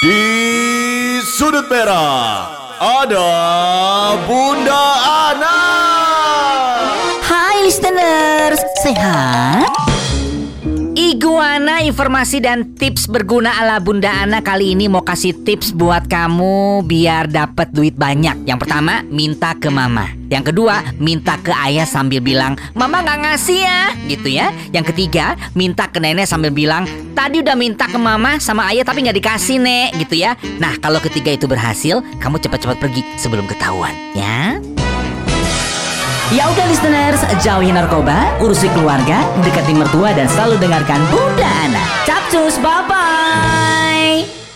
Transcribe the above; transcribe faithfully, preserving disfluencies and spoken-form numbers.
Di sudut merah ada Bunda Ana. Hai listeners, sehat? Iguana informasi dan tips berguna ala Bunda Ana kali ini mau kasih tips buat kamu biar dapat duit banyak. Yang pertama, minta ke mama. Yang kedua, minta ke ayah sambil bilang, mama gak ngasih ya, gitu ya. Yang ketiga, minta ke nenek sambil bilang, tadi udah minta ke mama sama ayah tapi gak dikasih nek, gitu ya. Nah, kalau ketiga itu berhasil, kamu cepat-cepat pergi sebelum ketahuan, ya. Ya udah listeners, jauhi narkoba, urusi keluarga, dekati mertua dan selalu dengarkan Bunda Ana. Capcus, bye-bye.